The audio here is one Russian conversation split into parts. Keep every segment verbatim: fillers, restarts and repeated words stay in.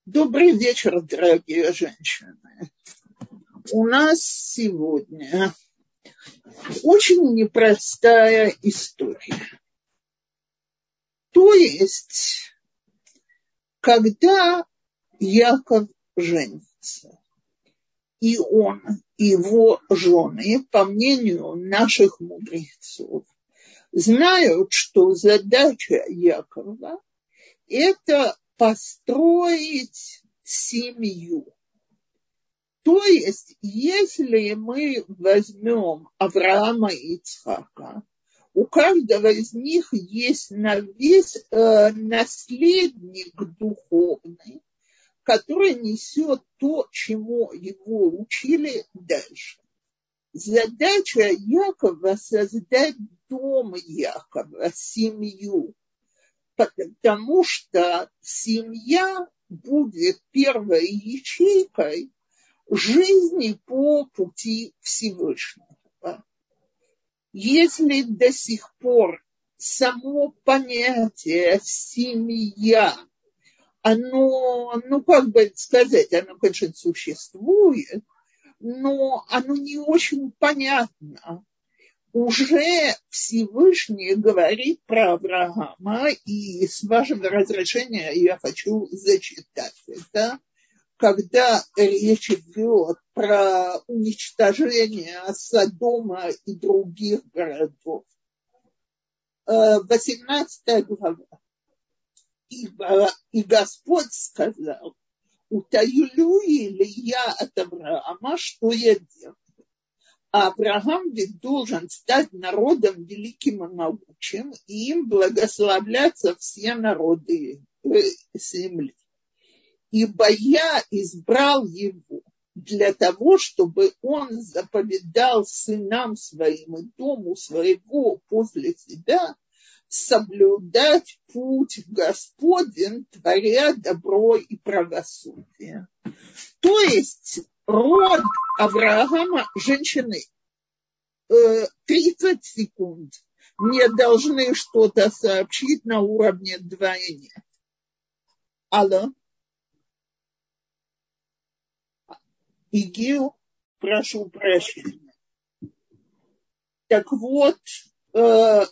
Добрый вечер, дорогие женщины. У нас сегодня очень непростая история. То есть, когда Яков женится, и он, и его жены, по мнению наших мудрецов, знают, что задача Якова – это построить семью. То есть, если мы возьмем Авраама и Ицхака, у каждого из них есть на весь э, наследник духовный, который несет то, чему его учили дальше. Задача Якова – создать дом Якова, семью, потому что семья будет первой ячейкой жизни по пути Всевышнего. Если до сих пор само понятие семья, оно, ну как бы сказать, оно, конечно, существует, но оно не очень понятно. Уже Всевышний говорит про Авраама, и с вашего разрешения я хочу зачитать это. Когда речь идет про уничтожение Содома и других городов. восемнадцатая глава. И, и Господь сказал: утаилю ли я от Авраама, что я делаю? А Авраам ведь должен стать народом великим и могучим, и им благословляться все народы земли. Ибо я избрал его для того, чтобы он заповедал сынам своим и дому своего после себя соблюдать путь Господень, творя добро и правосудие. То есть род Авраама, женщины, тридцать секунд, мне должны что-то сообщить на уровне двойня. Алло? Игил, прошу прощения. Так вот, э,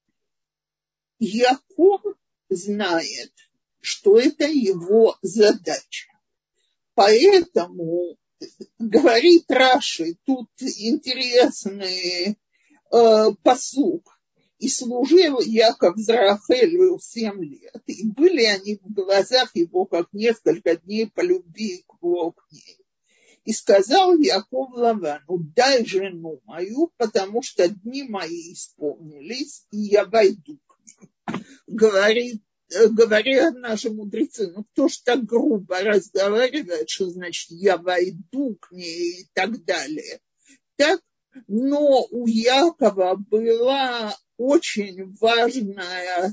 Яков знает, что это его задача. Поэтому, говорит Раши, тут интересный э, пасук. И служил Яков за Рахелью семь лет. И были они в глазах его, как несколько дней по любви к ней. И сказал Яков Лавану: дай жену мою, потому что дни мои исполнились, и я войду к ней. Говорит, говорят наши мудрецы: ну кто ж так грубо разговаривает, что значит я войду к ней и так далее. Так, но у Якова была очень важная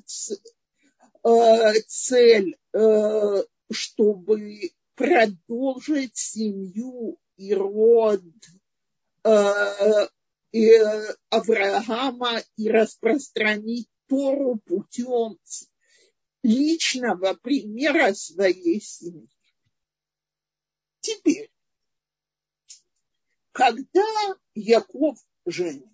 цель, чтобы продолжить семью и род э, и Авраама и распространить Тору путем личного примера своей семьи. Теперь, когда Яков женится,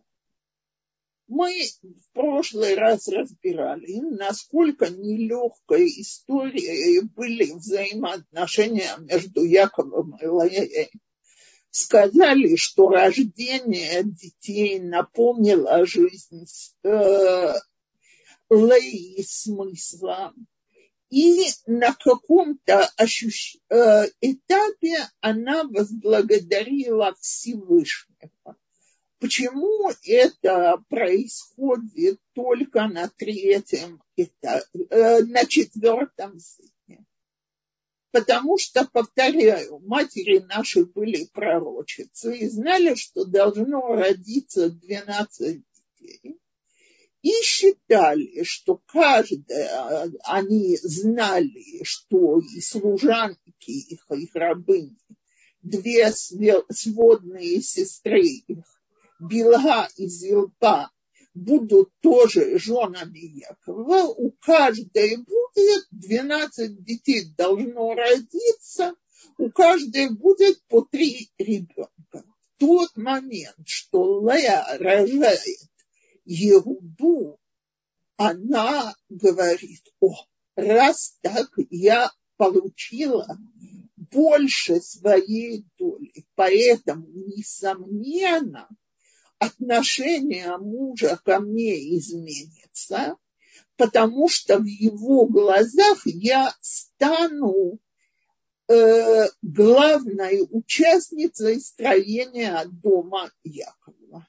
мы в прошлый раз разбирали, насколько нелегкой историей были взаимоотношения между Яковом и Леей. Сказали, что рождение детей наполнило жизнь э, Леи смыслом. И на каком-то ощущ... э, этапе она возблагодарила Всевышнего. Почему это происходит только на третьем этапе, э, на четвертом сыне? Потому что, повторяю, матери наши были пророчицы и знали, что должно родиться двенадцать детей. И считали, что каждая, они знали, что и служанки их, их рабыни, две сводные сестры их, Билга и Зилпа, будут тоже женами Якова, у каждой будет двенадцать детей должно родиться, у каждой будет по три ребенка. В тот момент, что Лея рожает Иуду, она говорит: о, раз так, я получила больше своей доли, поэтому, несомненно, отношение мужа ко мне изменится, потому что в его глазах я стану э, главной участницей строения дома Якова.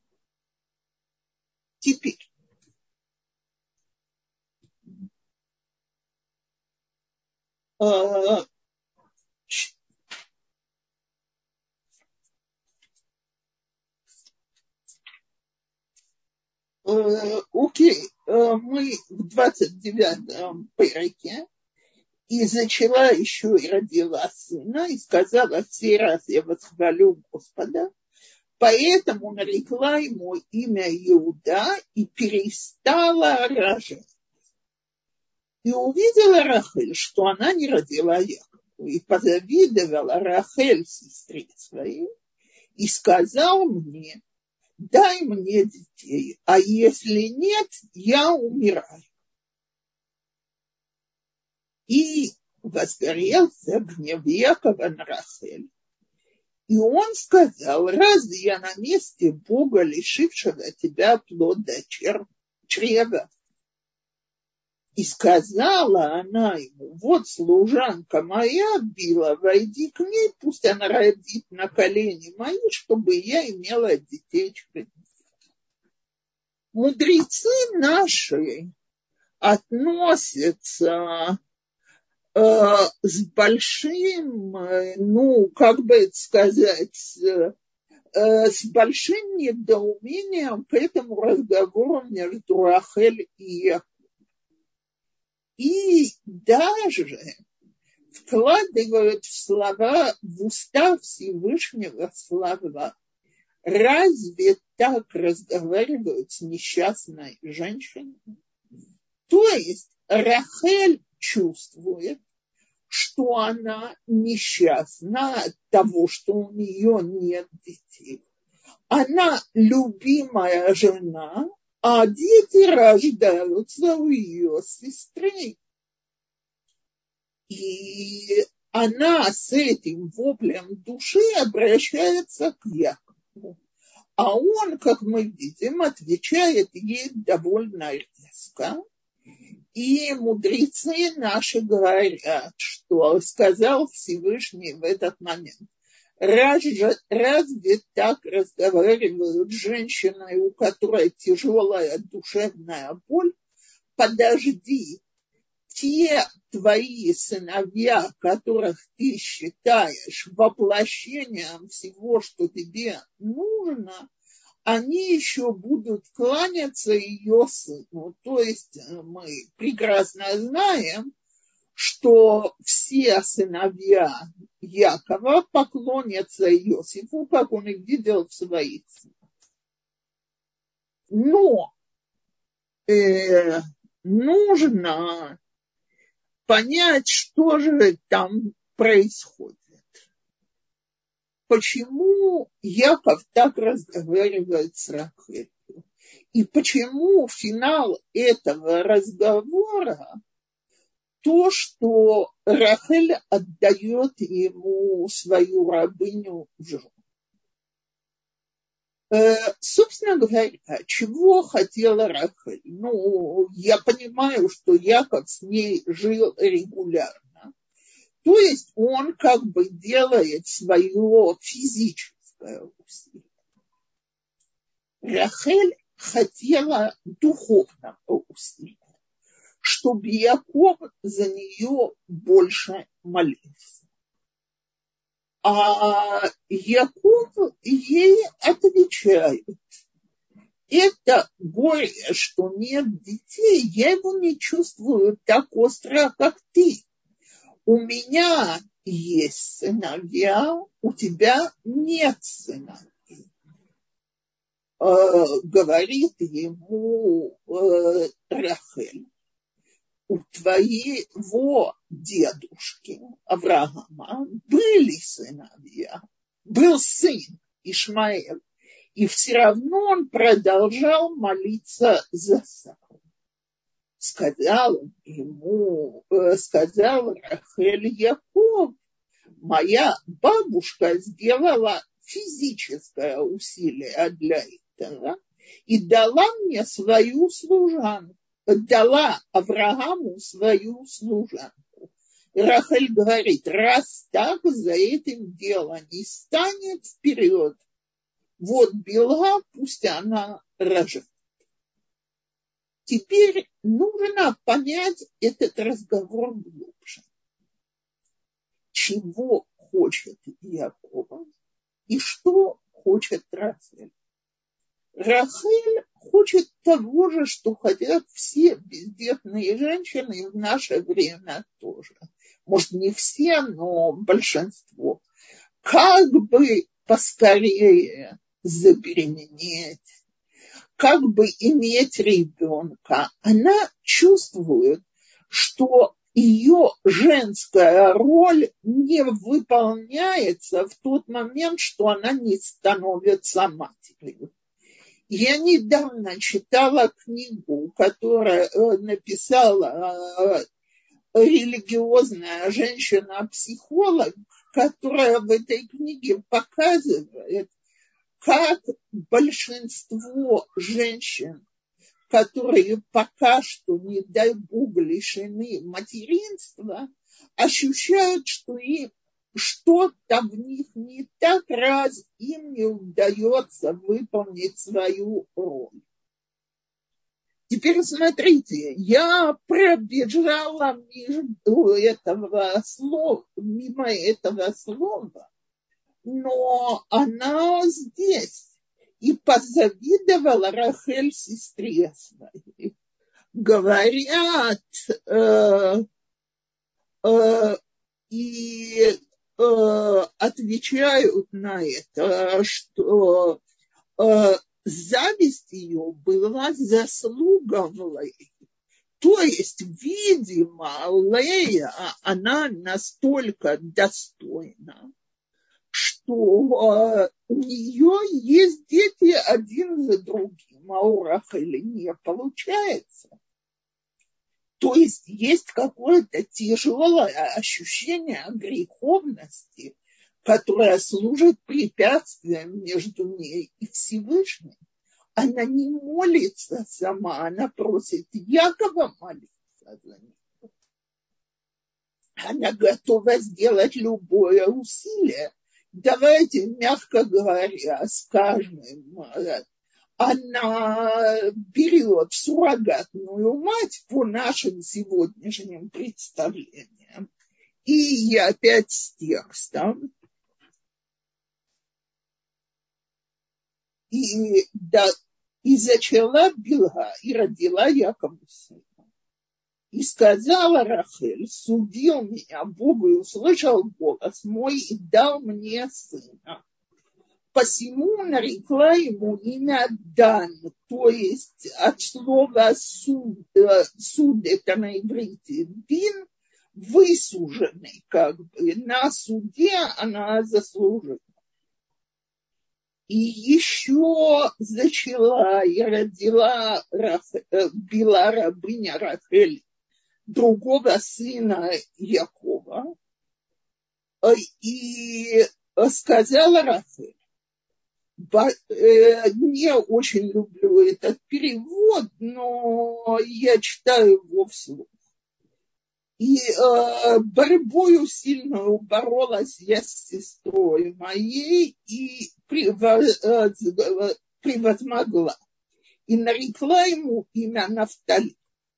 Теперь э, окей, мы в двадцать девятом переке, и зачала еще и родила сына, и сказала: в сей раз я восхвалю Господа, поэтому нарекла ему имя Иуда и перестала рожать. И увидела Рахель, что она не родила Якову, и позавидовала Рахель сестре своей, и сказал мне: дай мне детей, а если нет, я умираю. И возгорелся гнев Якова на Рахель. И он сказал: разве я на месте Бога, лишившего тебя плода чрева? И сказала она ему: вот служанка моя била, войди к ней, пусть она родит на колени мои, чтобы я имела детей через них. Мудрецы наши относятся э, с большим, ну, как бы это сказать, э, с большим недоумением к этому разговору между Рахель и Яковом. И даже вкладывают в слова, в уста Всевышнего слова. Разве так разговаривают с несчастной женщиной? То есть Рахель чувствует, что она несчастна от того, что у нее нет детей. Она любимая жена, а дети рождаются у ее сестры. И она с этим воплем души обращается к Якову. А он, как мы видим, отвечает ей довольно резко. И мудрецы наши говорят, что сказал Всевышний в этот момент: Разве, разве так разговаривают с женщиной, у которой тяжелая душевная боль? Подожди, те твои сыновья, которых ты считаешь воплощением всего, что тебе нужно, они еще будут кланяться ее сыну. То есть мы прекрасно знаем, что все сыновья Якова поклонятся Иосифу, как он их видел в своих снах. Но э, нужно понять, что же там происходит. Почему Яков так разговаривает с Рахелью? И почему финал этого разговора то, что Рахель отдает ему свою рабыню в жены. Э, собственно говоря, чего хотела Рахель? Ну, я понимаю, что Яков с ней жил регулярно. То есть он как бы делает свое физическое усилие. Рахель хотела духовного усилия, чтобы Яков за нее больше молился. А Яков ей отвечает: это горе, что нет детей, я его не чувствую так остро, как ты. У меня есть сыновья, у тебя нет сыновей. говорит ему э, Рахель: у твоего дедушки Авраама были сыновья, был сын Ишмаэль, и все равно он продолжал молиться за Сару. Сказал ему, э, сказал Рахель Яков: моя бабушка сделала физическое усилие для этого и дала мне свою служанку, дала Аврааму свою служанку. И Рахель говорит: раз так, за этим дело не станет, вперед. Вот Билга, пусть она рожает. Теперь нужно понять этот разговор глубже. Чего хочет Яков и что хочет Рахель? Рахель хочет того же, что хотят все бездетные женщины в наше время тоже. Может, не все, но большинство. Как бы поскорее забеременеть, как бы иметь ребенка. Она чувствует, что ее женская роль не выполняется в тот момент, что она не становится матерью. Я недавно читала книгу, которую написала религиозная женщина-психолог, которая в этой книге показывает, как большинство женщин, которые пока что, не дай бог, лишены материнства, ощущают, что им что-то в них не так, раз им не удается выполнить свою роль. Теперь смотрите, я пробежала между этого слова, мимо этого слова, но она здесь. И позавидовала Рахель сестре своей. Говорят, э, э, и э, отвечают на это, что э, зависть ее была заслуга в Лее. То есть, видимо, Лея, она настолько достойна, что э, у нее есть дети один за другим, а у Рахели не получается. То есть есть какое-то тяжелое ощущение греховности, которое служит препятствием между ней и Всевышним. Она не молится сама, она просит Якова молиться за нее. Она готова сделать любое усилие. Давайте, мягко говоря, скажем, она берет суррогатную мать по нашим сегодняшним представлениям. И я опять с текстом. И, да, и зачала Билга, и родила Якову сына. И сказала Рахель: судил меня Бог и услышал голос мой и дал мне сына. Посему нарекла ему имя Дан, то есть от слова суд, суд это на иврите дин, высуженный, как бы на суде она заслужила. И еще зачала и родила Рахель, Била рабыня Рахель другого сына Якова, и сказала Рахель: не очень люблю этот перевод, но я читаю его вслух. И э, борьбою сильную боролась я с сестрой моей и превозмогла. И нарекла ему имя Нафтали.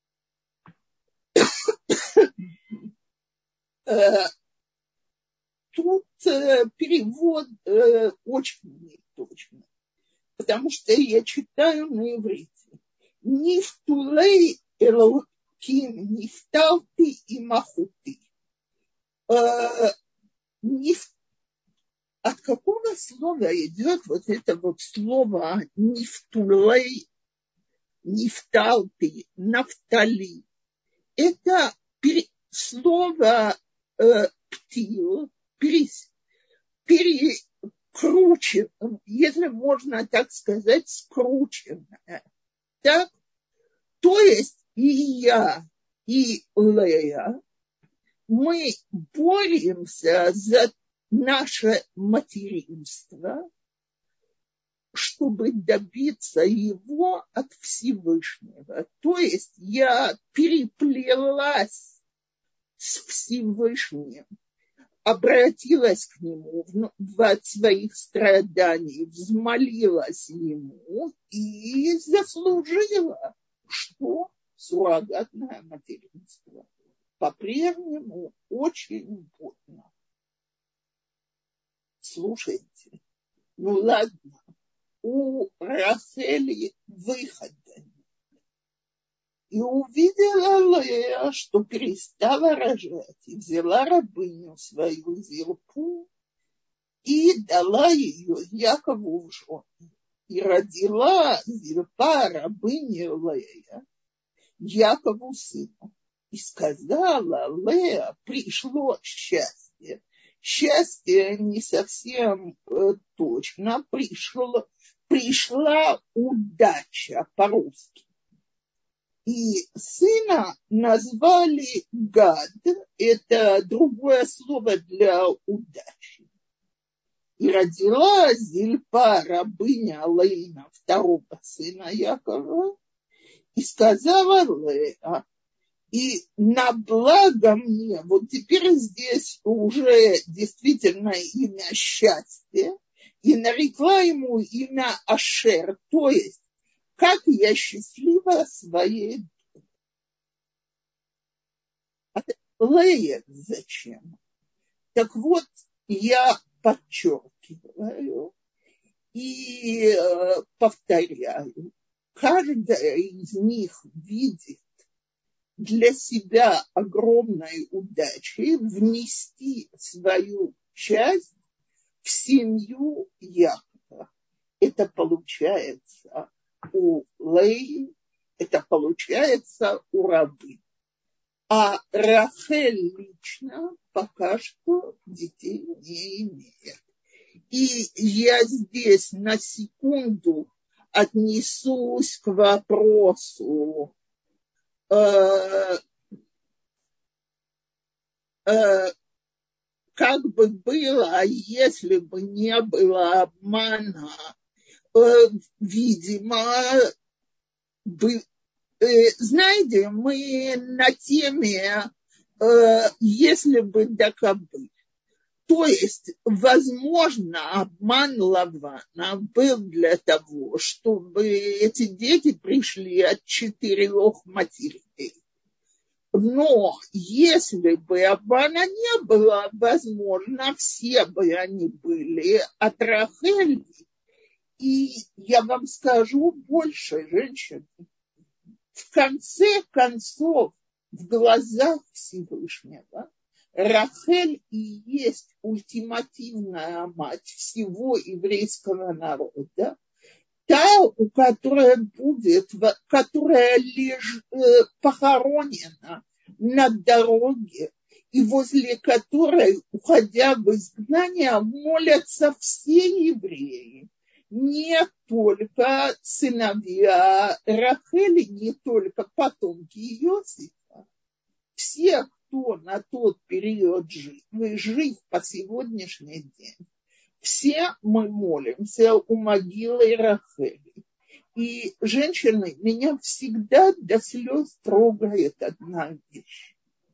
Тут перевод очень неточный, потому что я читаю на иврите. Нифтулей элоким, нифталти и махути. От от какого слова идет вот это вот слово нефтулей, нефталты, нафтали? Это слово э, птил, перес, перекручено, если можно так сказать, скрученное. Так? То есть и я, и Лея, мы боремся за наше материнство, чтобы добиться его от Всевышнего. То есть я переплелась с Всевышним, обратилась к нему в, в своих страданиях, взмолилась ему и заслужила, что суррогатное материнство. По-прежнему очень больно. Слушайте, ну ладно, у Рахели выхода нет. И увидела Лея, что перестала рожать, и взяла рабыню свою Зилпу и дала ее Якову в жены. И родила Зилпа рабыня Лея Якову сыну. И сказала Лея, пришло счастье. Счастье не совсем э, точно, пришло, пришла удача по-русски. И сына назвали Гад, это другое слово для удачи. И родила Зильпа, рабыня Лейна, второго сына Якова, и сказала Лея, и на благо мне, вот теперь здесь уже действительно имя счастье, и нарекла ему имя Ашер, то есть как я счастлива своей дочери. Лея зачем? Так вот, я подчеркиваю и э, повторяю, каждая из них видит для себя огромной удачей внести свою часть в семью Якова. Это получается у Леи, это получается у рабы. А Рахель лично пока что детей не имеет. И я здесь на секунду отнесусь к вопросу, э, э, как бы было, если бы не было обмана. Видимо, бы, э, знаете, мы на теме э, «если бы да кабы». То есть, возможно, обман Лавана был для того, чтобы эти дети пришли от четырех матерей. Но если бы обмана не было, возможно, все бы они были от Рахели. И я вам скажу больше, женщины. В конце концов, в глазах Всевышнего, Рахель и есть ультимативная мать всего еврейского народа, та, у которой будет, которая лежит похоронена на дороге, и возле которой, уходя в изгнание, молятся все евреи. Не только сыновья Рахели, не только потомки Иосифа. Все, кто на тот период жив, жив по сегодняшний день, все мы молимся у могилы Рахели. И, женщины, меня всегда до слез трогает одна вещь.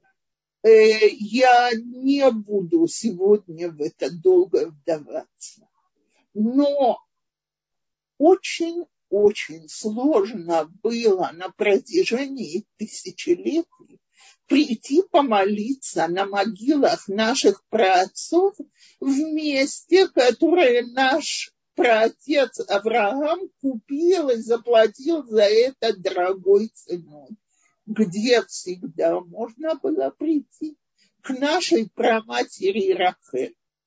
Я не буду сегодня в это долго вдаваться. Но очень-очень сложно было на протяжении тысячелетий прийти помолиться на могилах наших праотцов в месте, которое наш праотец Авраам купил и заплатил за это дорогой ценой, где всегда можно было прийти к нашей праматери Рахель.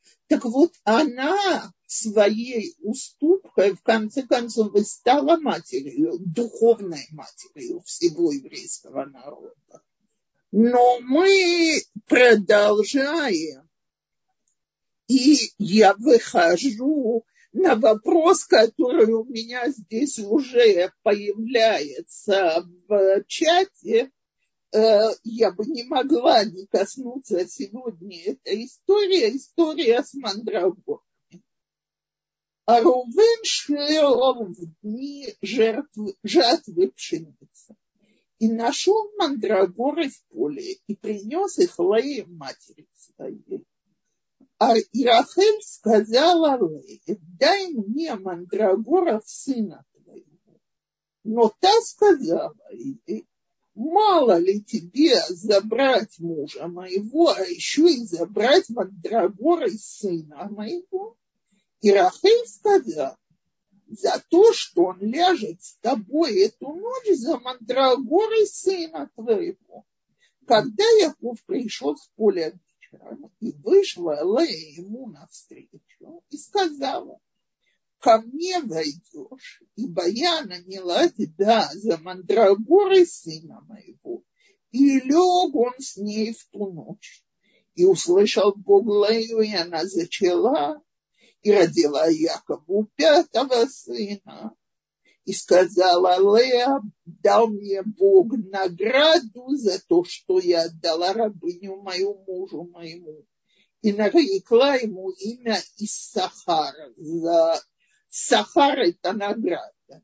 Так вот, она своей уступкой, в конце концов, и стала матерью, духовной матерью всего еврейского народа. Но мы продолжаем, и я выхожу на вопрос, который у меня здесь уже появляется в чате. Я бы не могла не коснуться сегодня этой истории, история с мандрагорами. А Рувен шел в дни жертвы, жатвы пшеницы и нашел мандрагоры в поле и принес их Лее матери своей. А Рахель сказала Лее: дай мне мандрагоров сына твоего. Но та сказала ей: мало ли тебе забрать мужа моего, а еще и забрать мандрагоры сына моего. И Рахель сказала: за то, что он ляжет с тобой эту ночь, за мандрагоры сына твоего. Когда Яков пришел с поля вечером, и вышла Лея ему навстречу и сказала: ко мне войдешь, ибо я наняла тебя за мандрагоры сына моего. И лег он с ней в ту ночь. И услышал Бог Лею, и она зачала, и родила Якову пятого сына. И сказала Лея: дал мне Бог награду за то, что я отдала рабыню мою мужу моему. И нарекла ему имя Иссахар. За Сахар – это награда.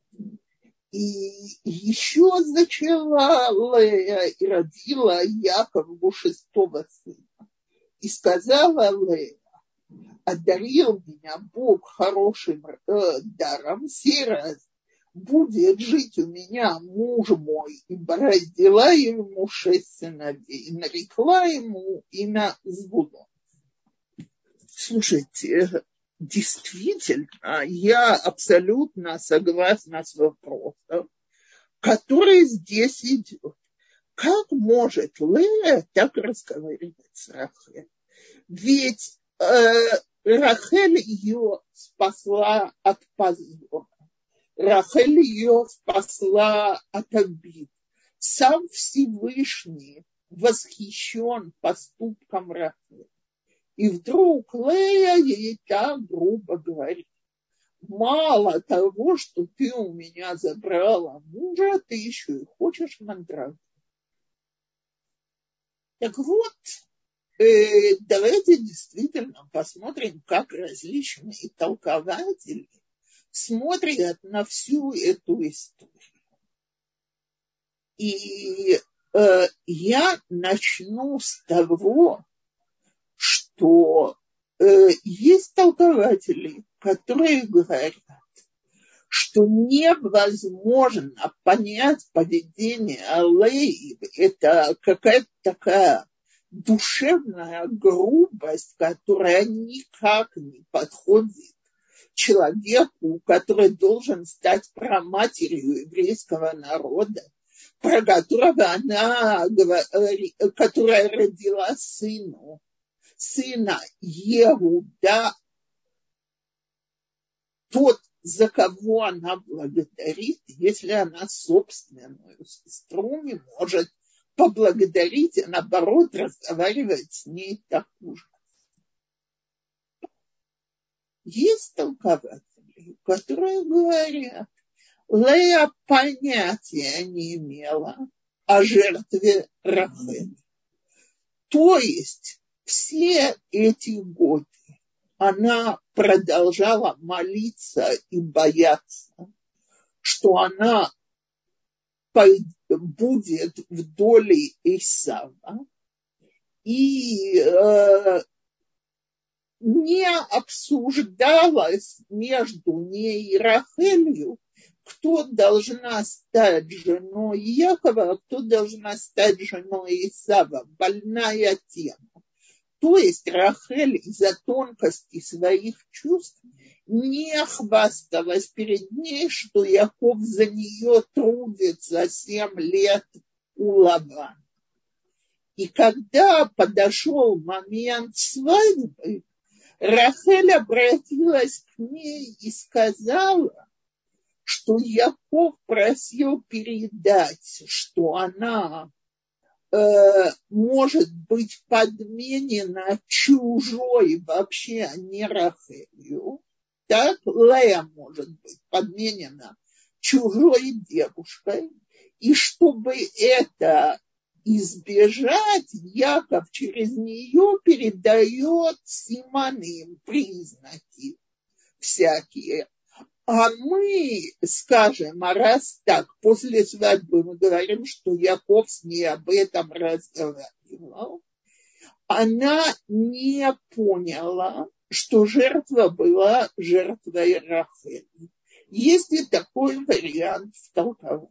И еще зачала Лея и родила Якову шестого сына. И сказала Лея: одарил меня Бог хорошим э, даром, сей раз будет жить у меня муж мой, ибо родила ему шесть сыновей, и нарекла ему имя Звулон. Слушайте, действительно, я абсолютно согласна с вопросом, который здесь идет. Как может Лея так разговаривать с Рахель? Ведь э, Рахель ее спасла от позора. Рахель ее спасла от обид. Сам Всевышний восхищен поступком Рахель. И вдруг Лея ей так грубо говорит: мало того, что ты у меня забрала мужа, ты еще и хочешь мандрагоры. Так вот, э, давайте действительно посмотрим, как различные толкователи смотрят на всю эту историю. И э, я начну с того, что э, есть толкователи, которые говорят, что невозможно понять поведение Леи. Это какая-то такая душевная грубость, которая никак не подходит человеку, который должен стать праматерью еврейского народа, про которого она говорит, которая родила сыну, сына Еуда, тот, за кого она благодарит, если она собственную сестру не может поблагодарить, а наоборот разговаривать с ней так ужасно. Есть толкователи, которые говорят, Лея понятия не имела о жертве Рахель. То есть все эти годы она продолжала молиться и бояться, что она будет в доле Исава, и э, не обсуждалось между ней и Рахелью, кто должна стать женой Якова, а кто должна стать женой Исава. Больная тема. То есть Рахель из-за тонкости своих чувств не хвасталась перед ней, что Яков за нее трудится семь лет у Лавана. И когда подошел момент свадьбы, Рахель обратилась к ней и сказала, что Яков просил передать, что она э, может быть подменена чужой, вообще а не Рахелью. Так, Лея может быть подменена чужой девушкой. И чтобы это избежать, Яков через нее передает симоним, признаки всякие. А мы скажем, а раз так, после свадьбы мы говорим, что Яков с ней об этом разговаривал, она не поняла, что жертва была жертвой Рахели. Есть и такой вариант в толковании.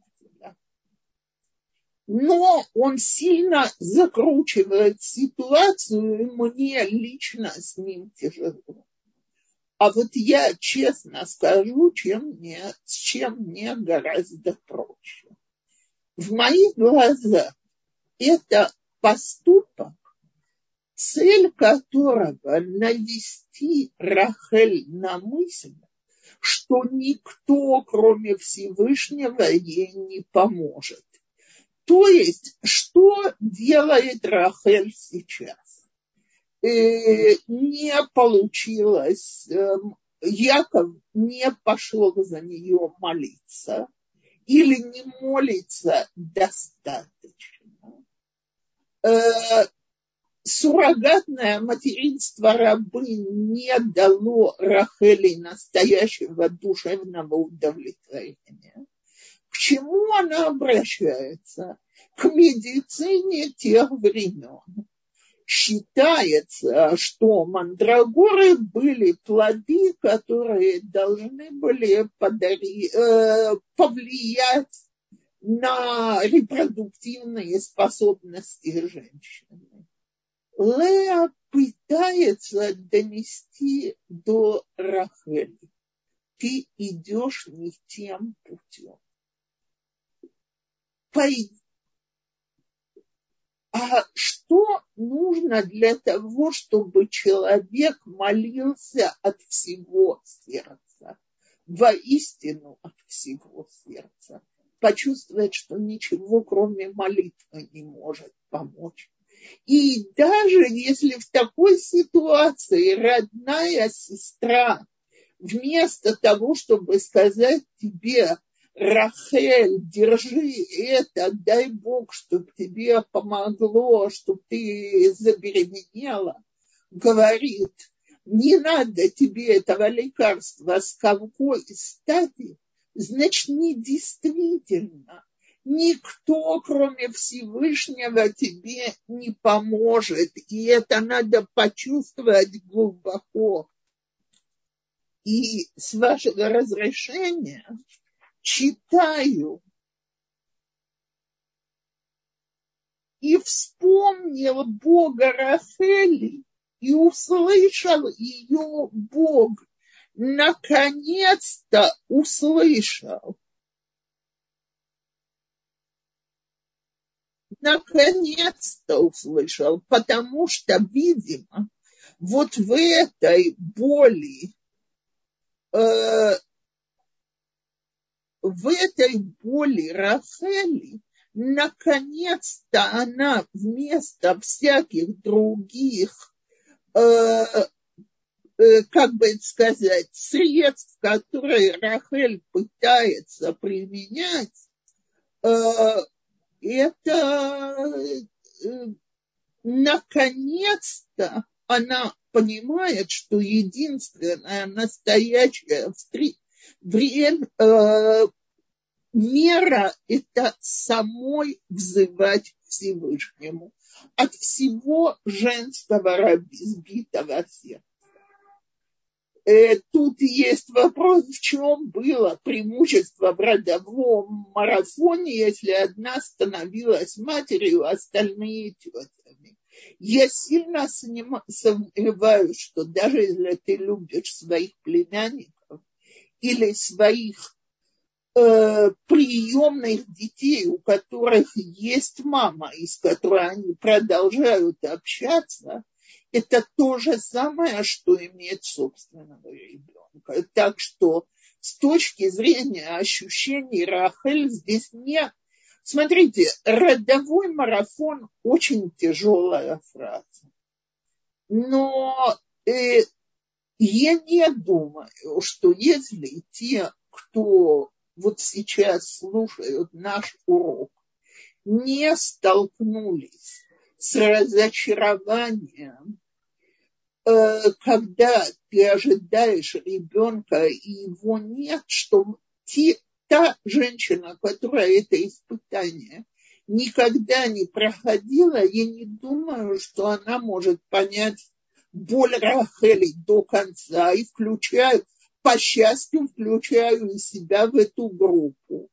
Но он сильно закручивает ситуацию, и мне лично с ним тяжело. А вот я честно скажу, чем мне, с чем мне гораздо проще. В моих глазах это поступок, цель которого навести Рахель на мысль, что никто, кроме Всевышнего, ей не поможет. То есть, что делает Рахель сейчас? Э, не получилось, э, Яков не пошел за нее молиться или не молится достаточно. Э, суррогатное материнство рабынь не дало Рахели настоящего душевного удовлетворения. К чему она обращается? К медицине тех времен. Считается, что мандрагоры были плоды, которые должны были подари, э, повлиять на репродуктивные способности женщины. Леа пытается донести до Рахели: ты идешь не тем путем. Пойди. А что нужно для того, чтобы человек молился от всего сердца, воистину от всего сердца, почувствовать, что ничего, кроме молитвы, не может помочь? И даже если в такой ситуации родная сестра, вместо того, чтобы сказать тебе: Рахель, держи это, дай Бог, чтобы тебе помогло, чтобы ты забеременела, говорит: не надо тебе этого лекарства с какой стати, значит, не действительно. Никто, кроме Всевышнего, тебе не поможет. И это надо почувствовать глубоко. И с вашего разрешения читаю и вспомнил Бога Рахели, и услышал ее Бог. Наконец-то услышал. Наконец-то услышал, потому что, видимо, вот в этой боли, э, в этой боли Рахели, наконец-то она вместо всяких других, э, э, как бы это сказать, средств, которые Рахель пытается применять, э, это э, наконец-то она понимает, что единственная настоящая встр- время, э, мера – это самой взывать к Всевышнему от всего женского разбитого сердца. Тут есть вопрос, в чем было преимущество в родовом марафоне, если одна становилась матерью, а остальные тетями. Я сильно сомневаюсь, что даже если ты любишь своих племянников или своих э, приемных детей, у которых есть мама, и с которой они продолжают общаться, это то же самое, что иметь собственного ребенка. Так что с точки зрения ощущений Рахель здесь нет. Смотрите, родовой марафон очень тяжелая фраза. Но э, я не думаю, что если те, кто вот сейчас слушают наш урок, не столкнулись с разочарованием, э, когда ты ожидаешь ребенка и его нет, что те, та женщина, которая это испытание никогда не проходила, я не думаю, что она может понять боль Рахели до конца, и включаю, по счастью, включаю и себя в эту группу.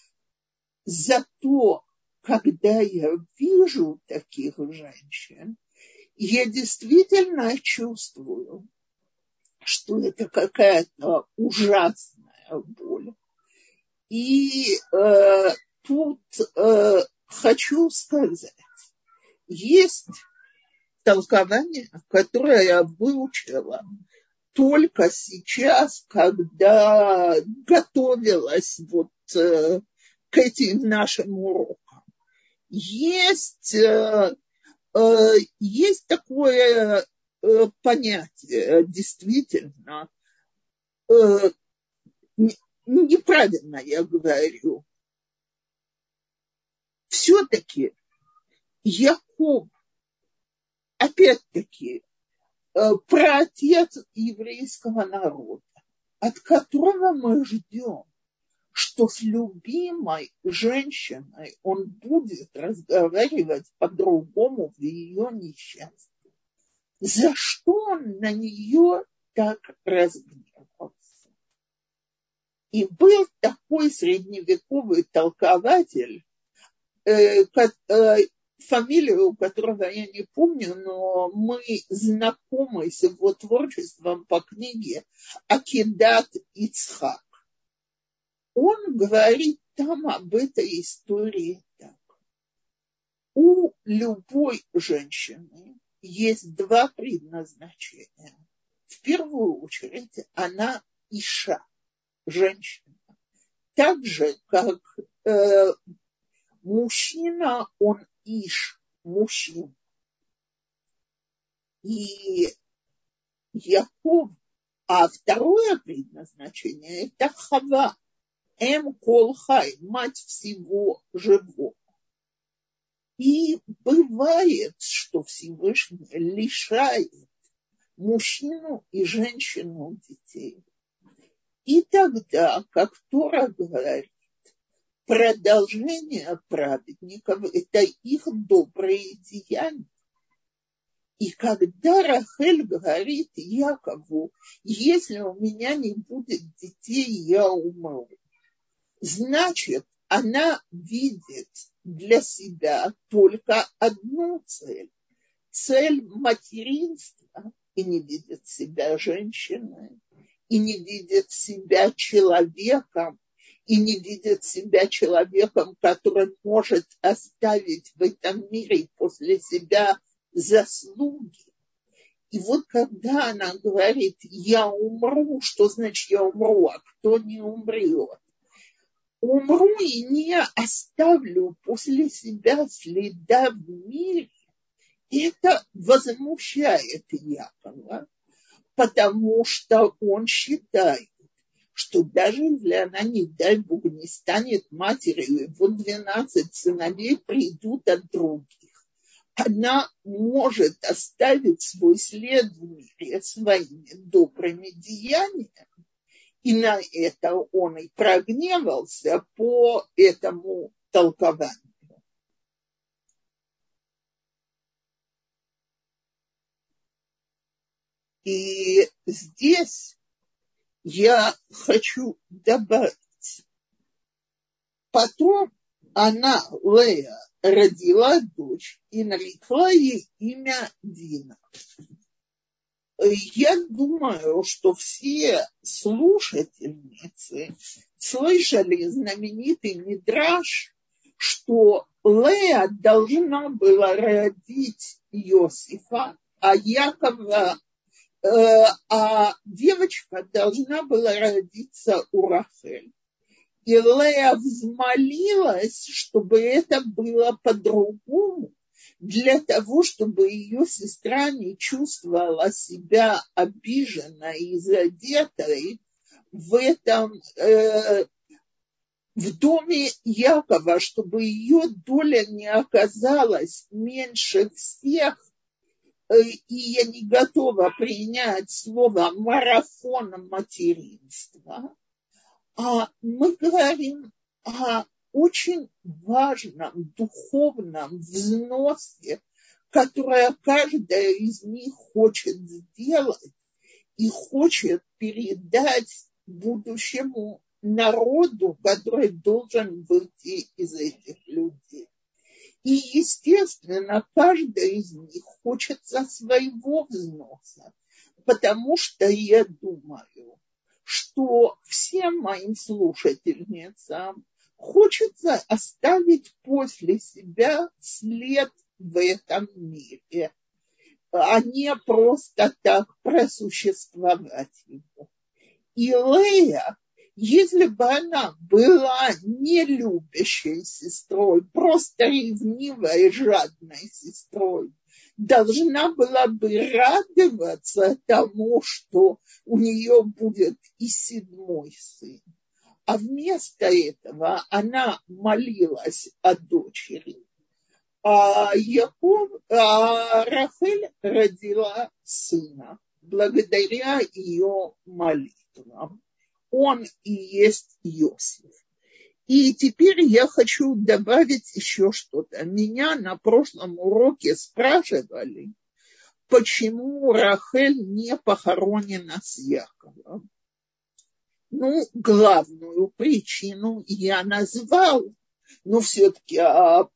Зато, когда я вижу таких женщин, я действительно чувствую, что это какая-то ужасная боль. И э, тут э, хочу сказать, есть толкование, которое я выучила только сейчас, когда готовилась вот э, к этим нашим урокам. Есть, э, э, есть такое э, понятие, действительно, э, не, неправильно я говорю. Все-таки Яков, опять-таки, праотец еврейского народа, от которого мы ждем, что с любимой женщиной он будет разговаривать по-другому в ее несчастье. За что он на нее так разгневался? И был такой средневековый толкователь, э, э, фамилию которого я не помню, но мы знакомы с его творчеством по книге Акидат Ицхак. Он говорит там об этой истории так. У любой женщины есть два предназначения. В первую очередь она иша, женщина. Так же, как э, мужчина, он иш, мужчина. И Яков, а второе предназначение – это Хава, эм кол хай, мать всего живого. И бывает, что Всевышний лишает мужчину и женщину детей. И тогда, как Тора говорит, продолжение праведников – это их добрые деяния. И когда Рахель говорит Якову, если у меня не будет детей, я умру, значит, она видит для себя только одну цель. Цель материнства. И не видит себя женщиной, и не видит себя человеком, и не видит себя человеком, который может оставить в этом мире после себя заслуги. И вот когда она говорит, я умру, что значит я умру, а кто не умрет? Умру и не оставлю после себя следа в мире. Это возмущает Якова, потому что он считает, что даже если она, не дай Бог, не станет матерью, его двенадцать сыновей придут от других, она может оставить свой след в мире своими добрыми деяниями. И на это он и прогневался по этому толкованию. И здесь я хочу добавить. Потом она, Лея, родила дочь и нарекла ей имя Дина. Я думаю, что все слушательницы слышали знаменитый мидраш, что Лея должна была родить Иосифа, а Якова, э, а девочка должна была родиться у Рахель. И Лея взмолилась, чтобы это было по-другому, для того, чтобы ее сестра не чувствовала себя обиженной и задетой в этом, э, в доме Якова, чтобы ее доля не оказалась меньше всех. Э, и я не готова принять слово марафон материнства. А мы говорим о очень важном духовном взносе, которое каждая из них хочет сделать и хочет передать будущему народу, который должен выйти из этих людей. И, естественно, каждая из них хочет своего взноса, потому что я думаю, что всем моим слушательницам хочется оставить после себя след в этом мире, а не просто так просуществовать его. И Лея, если бы она была не любящей сестрой, просто ревнивой, жадной сестрой, должна была бы радоваться тому, что у нее будет и седьмой сын. А вместо этого она молилась о дочери. А, Яков, а Рахель родила сына благодаря ее молитвам. Он и есть Иосиф. И теперь я хочу добавить еще что-то. Меня на прошлом уроке спрашивали, почему Рахель не похоронена с Яковом. Ну, главную причину я назвал, но все-таки а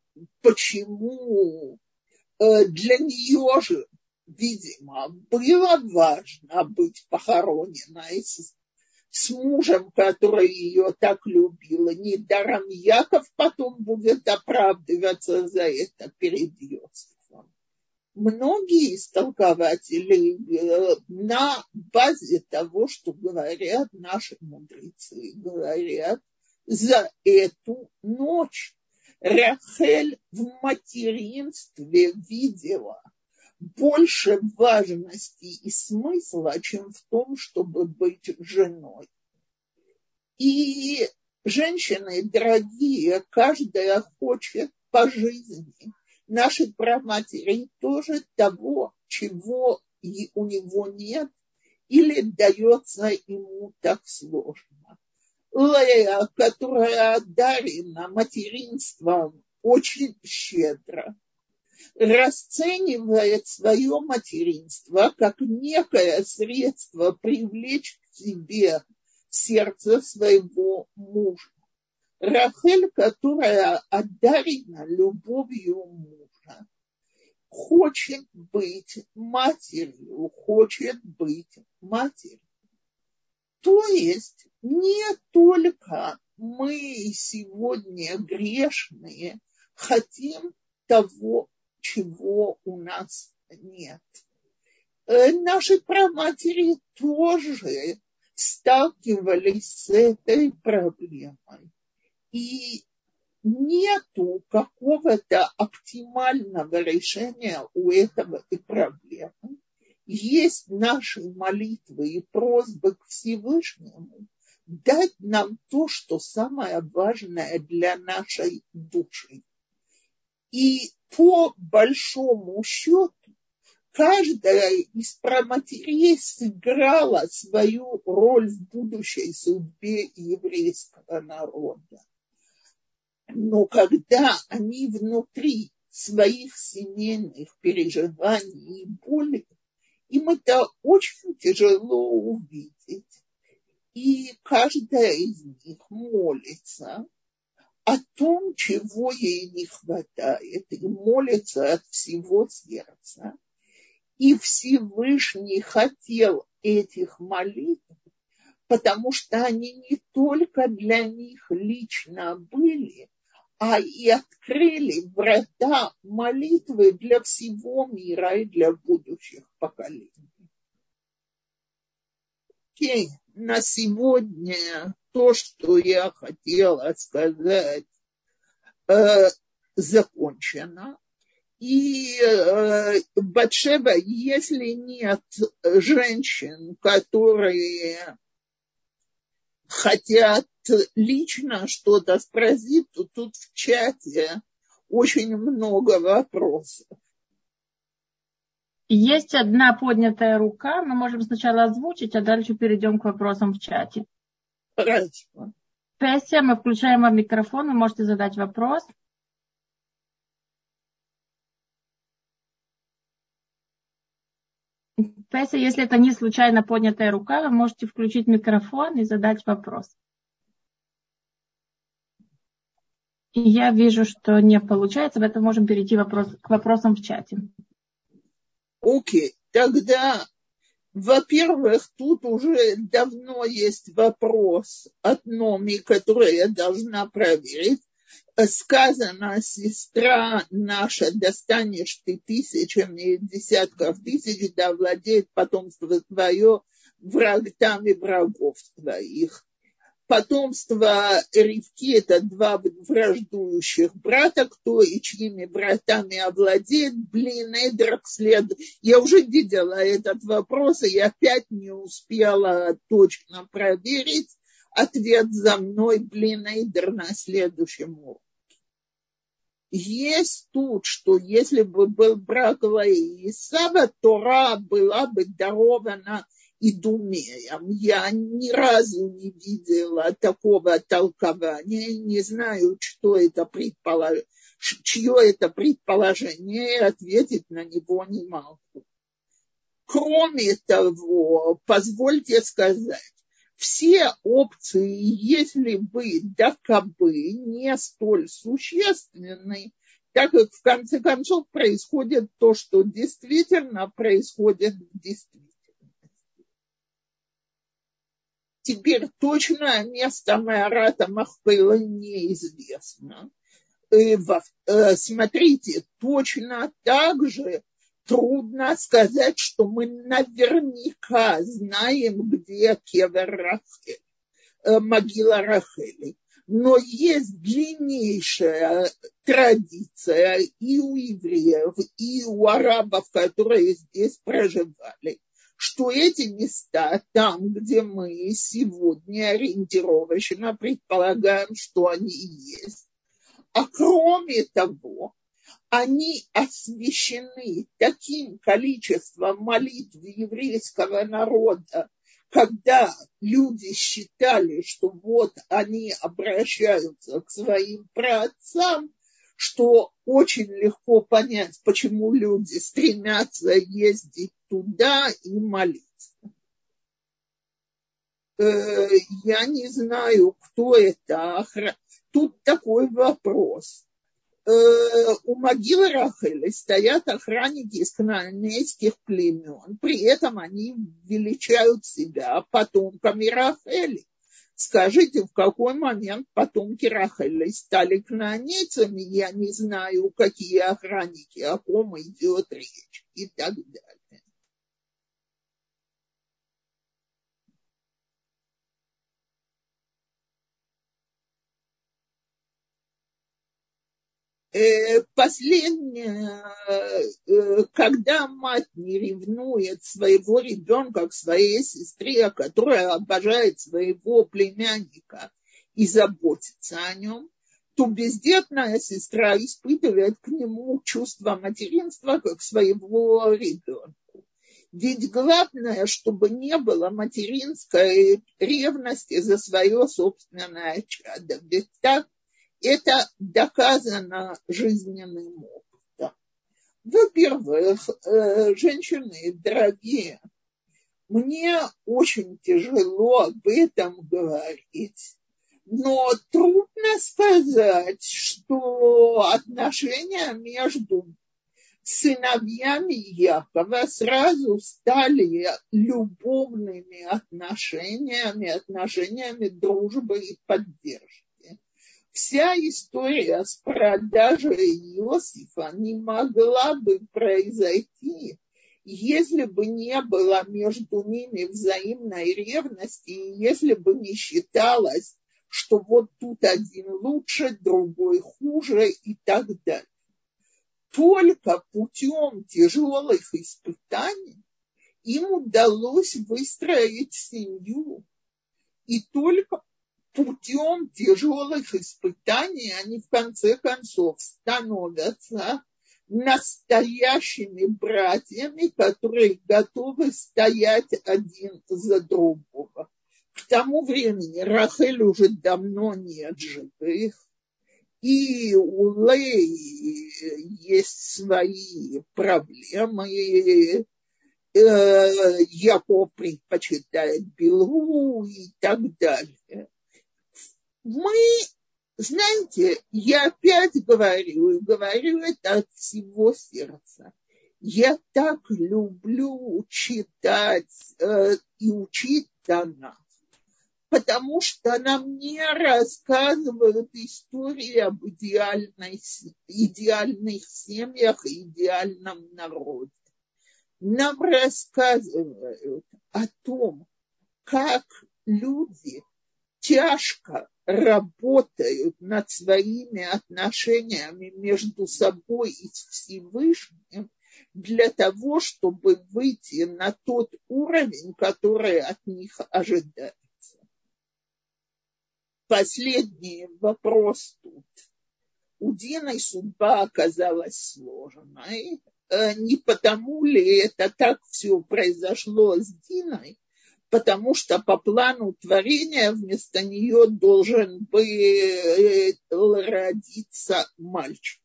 почему для нее же, видимо, было важно быть похороненной с с мужем, который ее так любил. Недаром Яков потом будет оправдываться за это перед Иосифом. Многие истолкователи на базе того, что говорят наши мудрецы, говорят, за эту ночь Рахель в материнстве видела больше важности и смысла, чем в том, чтобы быть женой. И женщины дорогие, каждая хочет по жизни. Наши праматери тоже того, чего и у него нет, или дается ему так сложно. Лея, которая одарена материнством очень щедро, расценивает свое материнство как некое средство привлечь к себе сердце своего мужа. Рахель, которая одарена любовью мужа, хочет быть матерью, хочет быть матерью. То есть не только мы сегодня грешные хотим того, чего у нас нет. Наши праматери тоже сталкивались с этой проблемой. И нету какого-то оптимального решения у этой проблемы. Есть наши молитвы и просьбы к Всевышнему дать нам то, что самое важное для нашей души. И по большому счету каждая из праматерей сыграла свою роль в будущей судьбе еврейского народа. Но когда они внутри своих семейных переживаний и боли, им это очень тяжело увидеть. И каждая из них молится о том, чего ей не хватает, и молится от всего сердца. И Всевышний хотел этих молитв, потому что они не только для них лично были, а и открыли врата молитвы для всего мира и для будущих поколений. Окей, на сегодня то, что я хотела сказать, э, закончено. И э, Батшеба, если нет женщин, которые хотят лично что-то спросить, то тут в чате очень много вопросов. Есть одна поднятая рука. Мы можем сначала озвучить, а дальше перейдем к вопросам в чате. Хорошо. Песя, мы включаем вам микрофон, вы можете задать вопрос. Песя, если это не случайно поднятая рука, вы можете включить микрофон и задать вопрос. И я вижу, что не получается, поэтому можем перейти вопрос, к вопросам в чате. Окей, тогда, во-первых, тут уже давно есть вопрос от Номи, который я должна проверить. Сказано, сестра наша, достанешь ты тысячами, десятков тысяч, да владеет потомство твое врагами врагов твоих. Потомство Ривки – это два враждующих брата, кто и чьими братами овладеет, блин, Эдрак след. Я уже видела этот вопрос, и опять не успела точно проверить. Ответ за мной, блин, Эдр на следующем уроке. Есть тут, что если бы был брак Исава, Тора была бы дарована Идумеям. Я ни разу не видела такого толкования, не знаю, что это предположение, чье это предположение, и ответить на него не могу. Кроме того, позвольте сказать, все опции, если бы докобы не столь существенны, так как в конце концов происходит то, что действительно происходит в действительности. Теперь точное место Маарата Махпела неизвестно. Смотрите, точно так же трудно сказать, что мы наверняка знаем, где кевер Рахель, могила Рахели. Но есть длиннейшая традиция и у евреев, и у арабов, которые здесь проживали, что эти места, там, где мы сегодня ориентировочно предполагаем, что они есть, а кроме того, они освящены таким количеством молитв еврейского народа, когда люди считали, что вот они обращаются к своим праотцам, что очень легко понять, почему люди стремятся ездить туда и молиться. Я не знаю, кто это. Тут такой вопрос. У могилы Рахели стоят охранники из хананейских племен, при этом они величают себя потомками Рахели. Скажите, в какой момент потомки Рахели стали кнаанейцами, я не знаю, какие охранники, о ком идет речь и так далее. Последнее, когда мать не ревнует своего ребенка к своей сестре, которая обожает своего племянника и заботится о нем, то бездетная сестра испытывает к нему чувство материнства как своего ребенка. Ведь главное, чтобы не было материнской ревности за свое собственное чадо. Ведь так это доказано жизненным опытом. Во-первых, женщины дорогие, мне очень тяжело об этом говорить, но трудно сказать, что отношения между сыновьями Якова сразу стали любовными отношениями, отношениями дружбы и поддержки. В Вся история с продажей Иосифа не могла бы произойти, если бы не было между ними взаимной ревности, и если бы не считалось, что вот тут один лучше, другой хуже и так далее. Только путем тяжелых испытаний им удалось выстроить семью. И только путем тяжелых испытаний они в конце концов становятся настоящими братьями, которые готовы стоять один за другого. К тому времени Рахель уже давно нет живых, и у Леи есть свои проблемы. Яков предпочитает Билгу и так далее. Мы, знаете, я опять говорю, и говорю это от всего сердца. Я так люблю читать э, и учить Танах, потому что нам не рассказывают истории об идеальной, идеальных семьях и идеальном народе. Нам рассказывают о том, как люди тяжко работают над своими отношениями между собой и Всевышним для того, чтобы выйти на тот уровень, который от них ожидается. Последний вопрос тут. У Дины судьба оказалась сложной. Не потому ли это так все произошло с Диной, потому что по плану творения вместо нее должен был родиться мальчик.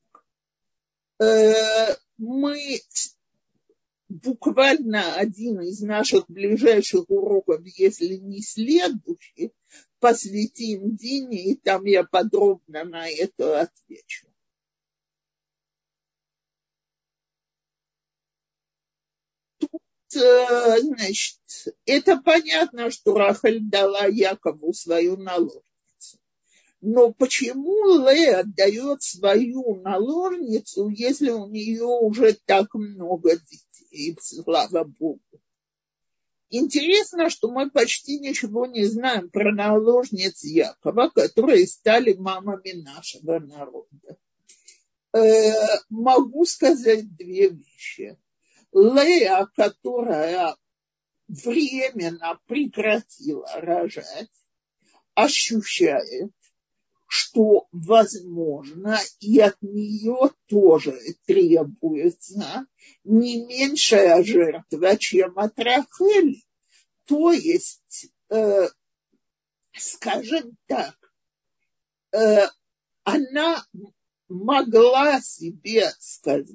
Мы буквально один из наших ближайших уроков, если не следующий, посвятим Дине, и там я подробно на это отвечу. Значит, это понятно, что Рахель дала Якову свою наложницу. Но почему Лея отдает свою наложницу, если у нее уже так много детей, слава Богу? Интересно, что мы почти ничего не знаем про наложниц Якова, которые стали мамами нашего народа. Э, могу сказать две вещи. Лея, которая временно прекратила рожать, ощущает, что, возможно, и от нее тоже требуется не меньшая жертва, чем от Рахели. То есть, э, скажем так, э, она могла себе сказать,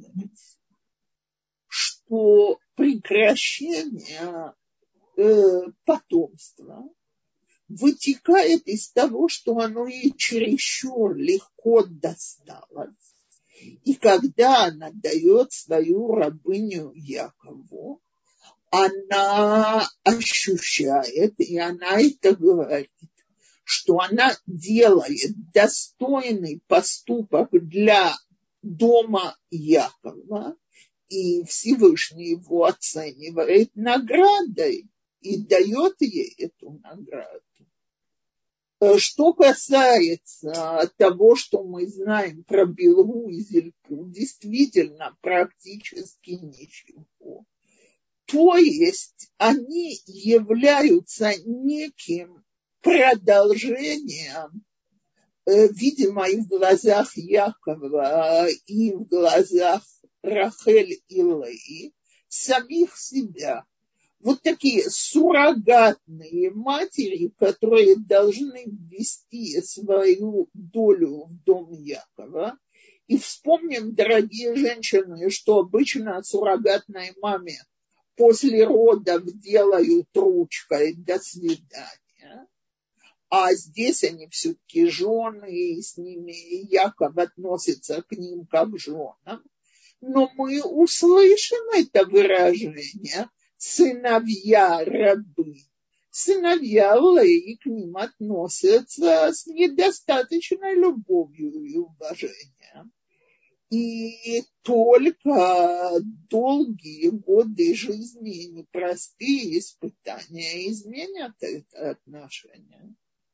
что прекращение э, потомства вытекает из того, что оно ей чересчур легко досталось. И когда она дает свою рабыню Якову, она ощущает, и она это говорит, что она делает достойный поступок для дома Якова, и Всевышний его оценивает наградой и дает ей эту награду. Что касается того, что мы знаем про Билгу и Зильпу, действительно практически ничего. То есть они являются неким продолжением, видимо, и в глазах Якова, и в глазах Рахель и Леи, самих себя. Вот такие суррогатные матери, которые должны ввести свою долю в дом Якова. И вспомним, дорогие женщины, что обычно суррогатной маме после родов делают ручкой «до свидания». А здесь они все-таки жены, и с ними Яков относится к ним как к женам. Но мы услышим это выражение «сыновья рабы». сыновья Леи к ним относятся с недостаточной любовью и уважением. И только долгие годы жизни и непростые испытания изменят это отношение.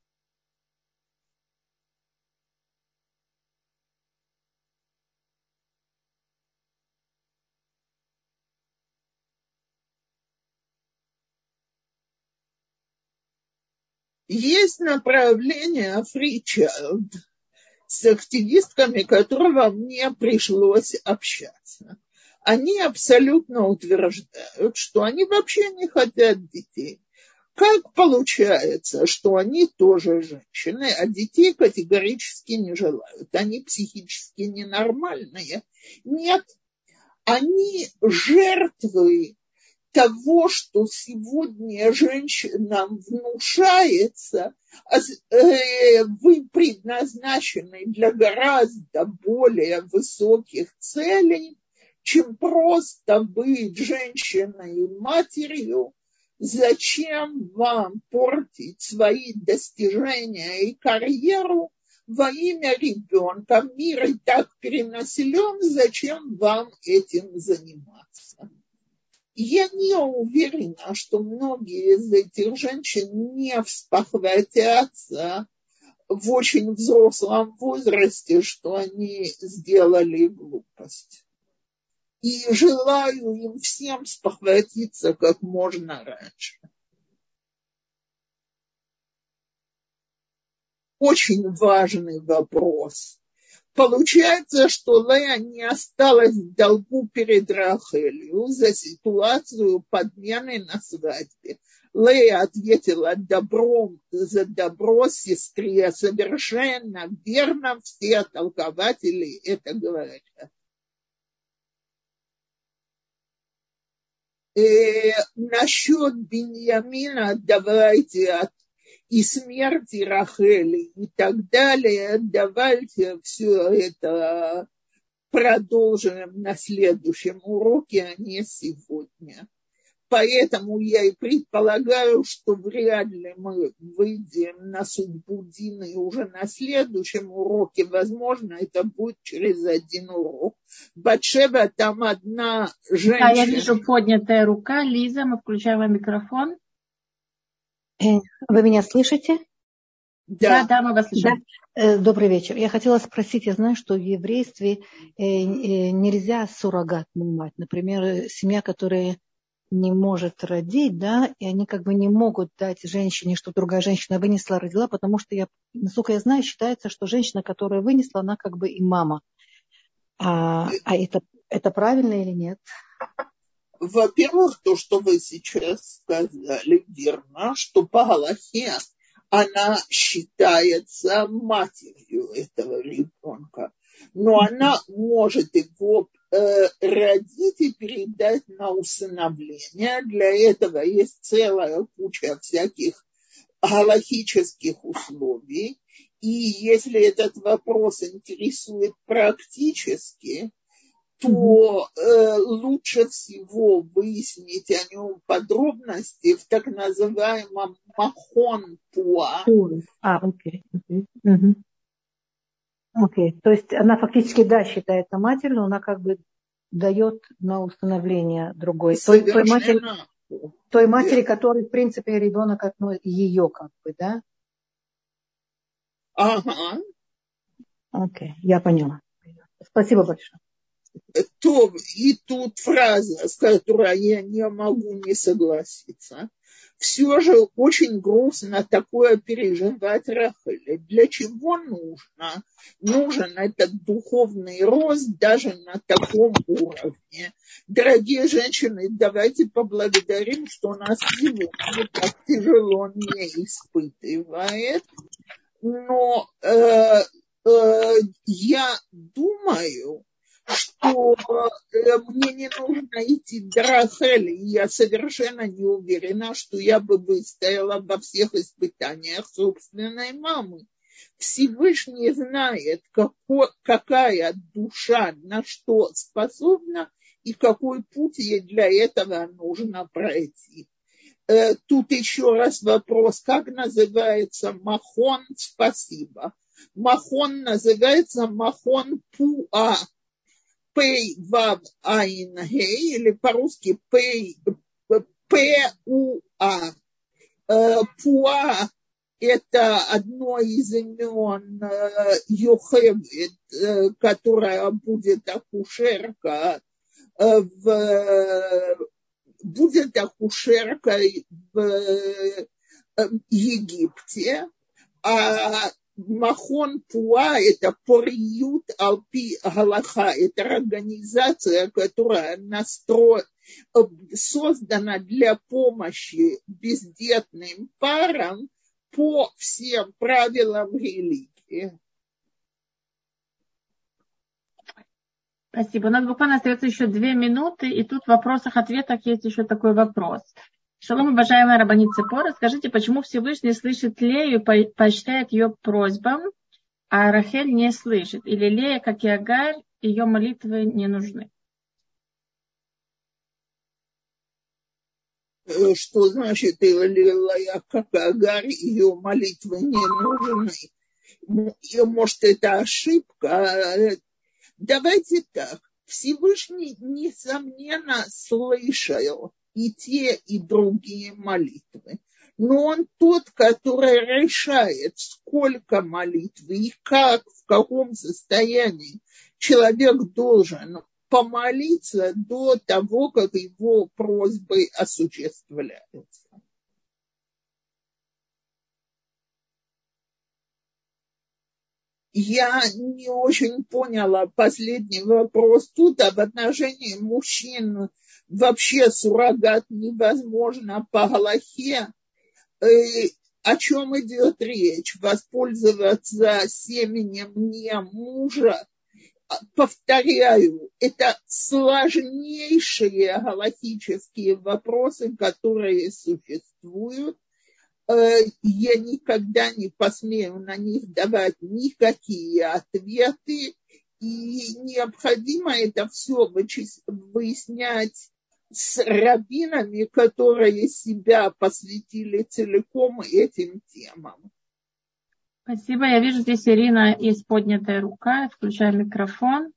Есть направление Фричард, с активистками которого мне пришлось общаться. Они абсолютно утверждают, что они вообще не хотят детей. Как получается, что они тоже женщины, а детей категорически не желают? Они психически ненормальные? Нет, они жертвы того, что сегодня женщинам внушается, вы предназначены для гораздо более высоких целей, чем просто быть женщиной и матерью. Зачем вам портить свои достижения и карьеру во имя ребенка? Мир и так перенаселен, зачем вам этим заниматься? Я не уверена, что многие из этих женщин не вспохватятся в очень взрослом возрасте, что они сделали глупость. И желаю им всем спохватиться как можно раньше. Очень важный вопрос. Получается, что Лея не осталась в долгу перед Рахелью за ситуацию подмены на свадьбе. Лея ответила добром за добро сестре. Совершенно верно, все толкователи это говорят. Э, насчет Биньямина давайте от и смерти Рахели и так далее, давайте все это продолжим на следующем уроке, а не сегодня. Поэтому я и предполагаю, что вряд ли мы выйдем на судьбу Дины уже на следующем уроке. Возможно, это будет через один урок. Батшева, там одна женщина. А я вижу поднятая рука. Лиза, мы включаем вам микрофон. Вы меня слышите? Да, да, да, мы вас слышим. Да. Добрый вечер. Я хотела спросить, я знаю, что в еврействе нельзя суррогатную мать. Например, семья, которая не может родить, да, и они как бы не могут дать женщине, что другая женщина вынесла, родила, потому что, я, насколько я знаю, считается, что женщина, которая вынесла, она как бы и мама. А, а это, это правильно или нет? Во-первых, то, что вы сейчас сказали, верно, что по Галахе она считается матерью этого ребенка, но она может его э, родить и передать на усыновление. Для этого есть целая куча всяких галахических условий. И если этот вопрос интересует практически, то э, лучше всего выяснить о нем подробности в так называемом махон пуа. А, окей. Okay. Okay. Okay. То есть она фактически, да, считается матерью, но она как бы дает на установление другой. Той, той матери, той матери, которой, в принципе, ребенок относит ее, как бы, да? Ага. Окей, okay. Я поняла. Спасибо большое. То и тут фраза, с которой я не могу не согласиться. Все же очень грустно такое переживать Рахель. Для чего нужно? Нужен этот духовный рост даже на таком уровне. Дорогие женщины, давайте поблагодарим, что нас сегодня так тяжело не испытывает. Но э, э, я думаю, что э, мне не нужно идти до Рахели, и я совершенно не уверена, что я бы выстояла во всех испытаниях собственной мамы. Всевышний знает, какой, какая душа на что способна и какой путь ей для этого нужно пройти. Тут еще раз вопрос, как называется махон? Спасибо. Махон называется махон Пуа. Пей Вав Айн Гей, или по-русски Пей П-У-А. Пуа – это одно из имен Йохевед, которая будет акушерка в будет акушеркой в Египте, а Махон Пуа – это Пориют Алпи Галаха, это организация, которая настро... создана для помощи бездетным парам по всем правилам религии. Спасибо. У нас буквально остается еще две минуты, и тут в вопросах-ответах есть еще такой вопрос. Шалом, уважаемая Рабанит Ципора, скажите, почему Всевышний слышит Лею и поощряет ее просьбам, а Рахель не слышит? Или Лея, как и Агарь, ее молитвы не нужны? Что значит Лея, как и Агарь, ее молитвы не нужны? Может, это ошибка? Давайте так. Всевышний, несомненно, слышал и те, и другие молитвы. Но он тот, который решает, сколько молитв и как, в каком состоянии человек должен помолиться до того, как его просьбы осуществляются. Я не очень поняла последний вопрос тут, а в отношении мужчин вообще суррогат невозможно по галахе. О чем идет речь? Воспользоваться семенем не мужа. Повторяю, это сложнейшие галахические вопросы, которые существуют. Я никогда не посмею на них давать никакие ответы, и необходимо это все выяснять с раввинами, которые себя посвятили целиком этим темам. Спасибо. Я вижу, здесь Ирина, есть поднятая рука. Включаю микрофон.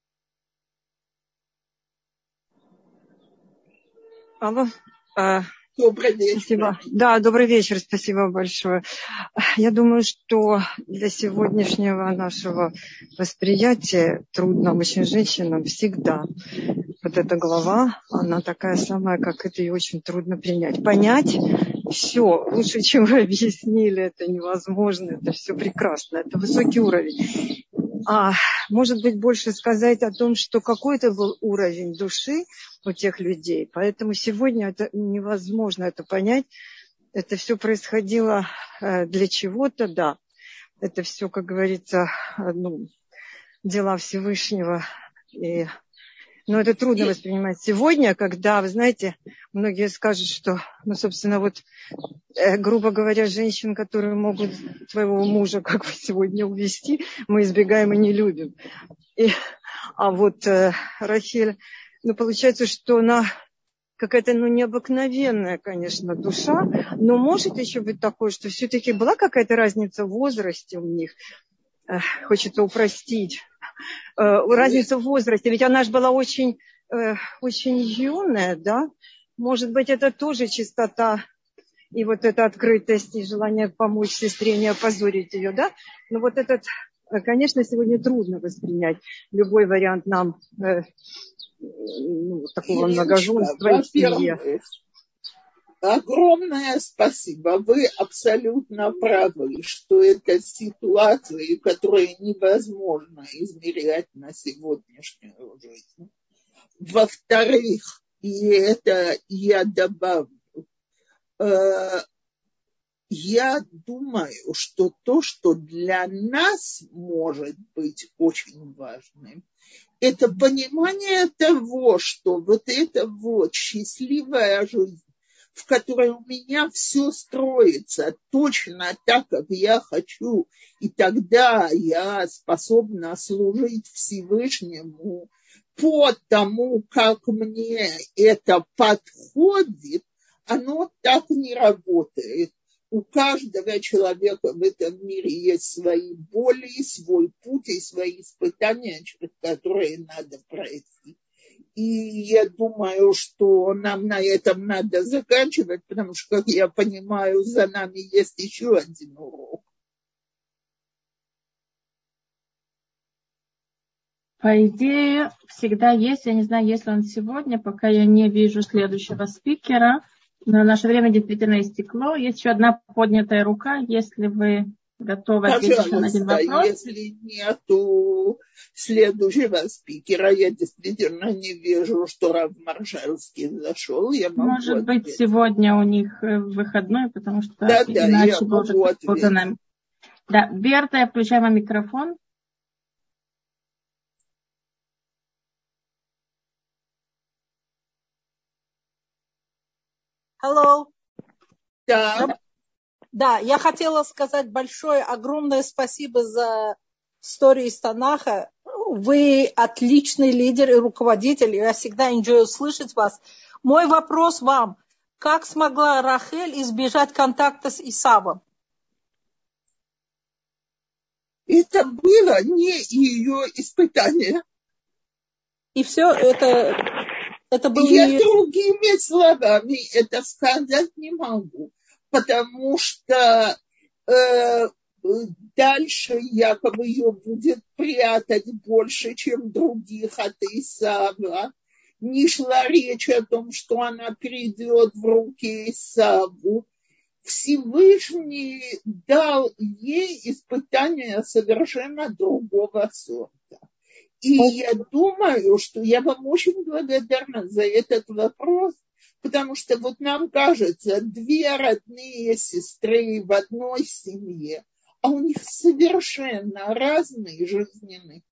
Алло. Добрый вечер. Спасибо. Да, добрый вечер, спасибо большое. Я думаю, что для сегодняшнего нашего восприятия трудно очень женщинам всегда. Вот эта глава, она такая самая, как это, ее очень трудно принять. Понять все лучше, чем вы объяснили, это невозможно, это все прекрасно, это высокий уровень. А может быть, больше сказать о том, что какой-то был уровень души у тех людей. Поэтому сегодня это невозможно это понять. Это все происходило для чего-то, да. Это все, как говорится, ну, дела Всевышнего. И... Но это трудно воспринимать сегодня, когда, вы знаете, многие скажут, что, ну, собственно, вот, э, грубо говоря, женщин, которые могут твоего мужа, как бы сегодня, увести, мы избегаем и не любим. И, а вот э, Рахель, ну, получается, что она какая-то, ну, необыкновенная, конечно, душа, но может еще быть такое, что все-таки была какая-то разница в возрасте у них, э, хочется упростить. Разница в возрасте, ведь она же была очень, э, очень юная, да? Может быть, это тоже чистота и вот эта открытость, и желание помочь сестре, не опозорить ее, да? Но вот этот, конечно, сегодня трудно воспринять любой вариант нам э, ну, такого многоженства в семье. Огромное спасибо. Вы абсолютно правы, что это ситуации, которые невозможно измерять на сегодняшнюю жизнь. Во-вторых, и это я добавлю, э, я думаю, что то, что для нас может быть очень важным, это понимание того, что вот эта вот счастливая жизнь, в которой у меня все строится точно так, как я хочу, и тогда я способна служить Всевышнему по тому, как мне это подходит, Оно так не работает. У каждого человека в этом мире есть свои боли, свой путь и свои испытания, через которые надо пройти. И я думаю, что нам на этом надо заканчивать, потому что, как я понимаю, за нами есть еще один урок. По идее, всегда есть, я не знаю, есть ли он сегодня, пока я не вижу следующего спикера. Но наше время действительно истекло. Есть еще одна поднятая рука, если вы готовы ответить на один вопрос. Если нету следующего спикера, я действительно не вижу, что Рав Маршальский зашел. Я могу Может ответить. быть, сегодня у них выходной, потому что да, да, иначе будет кто-то нам. Да, Берта, я включаю вам микрофон. Hello. Да. Да, я хотела сказать большое, огромное спасибо за историю из Танаха. Вы отличный лидер и руководитель. Я всегда enjoy слышать вас. Мой вопрос вам. Как смогла Рахель избежать контакта с Исавом? Это было не ее испытание. И все это... Это был Я не... другими словами это сказать не могу, потому что э, дальше якобы ее будет прятать больше, чем других от Исава. Не шла речь о том, что она перейдет в руки Исаву. Всевышний дал ей испытания совершенно другого сорта. И я думаю, что я вам очень благодарна за этот вопрос, потому что вот нам кажется, две родные сестры в одной семье, а у них совершенно разный жизненный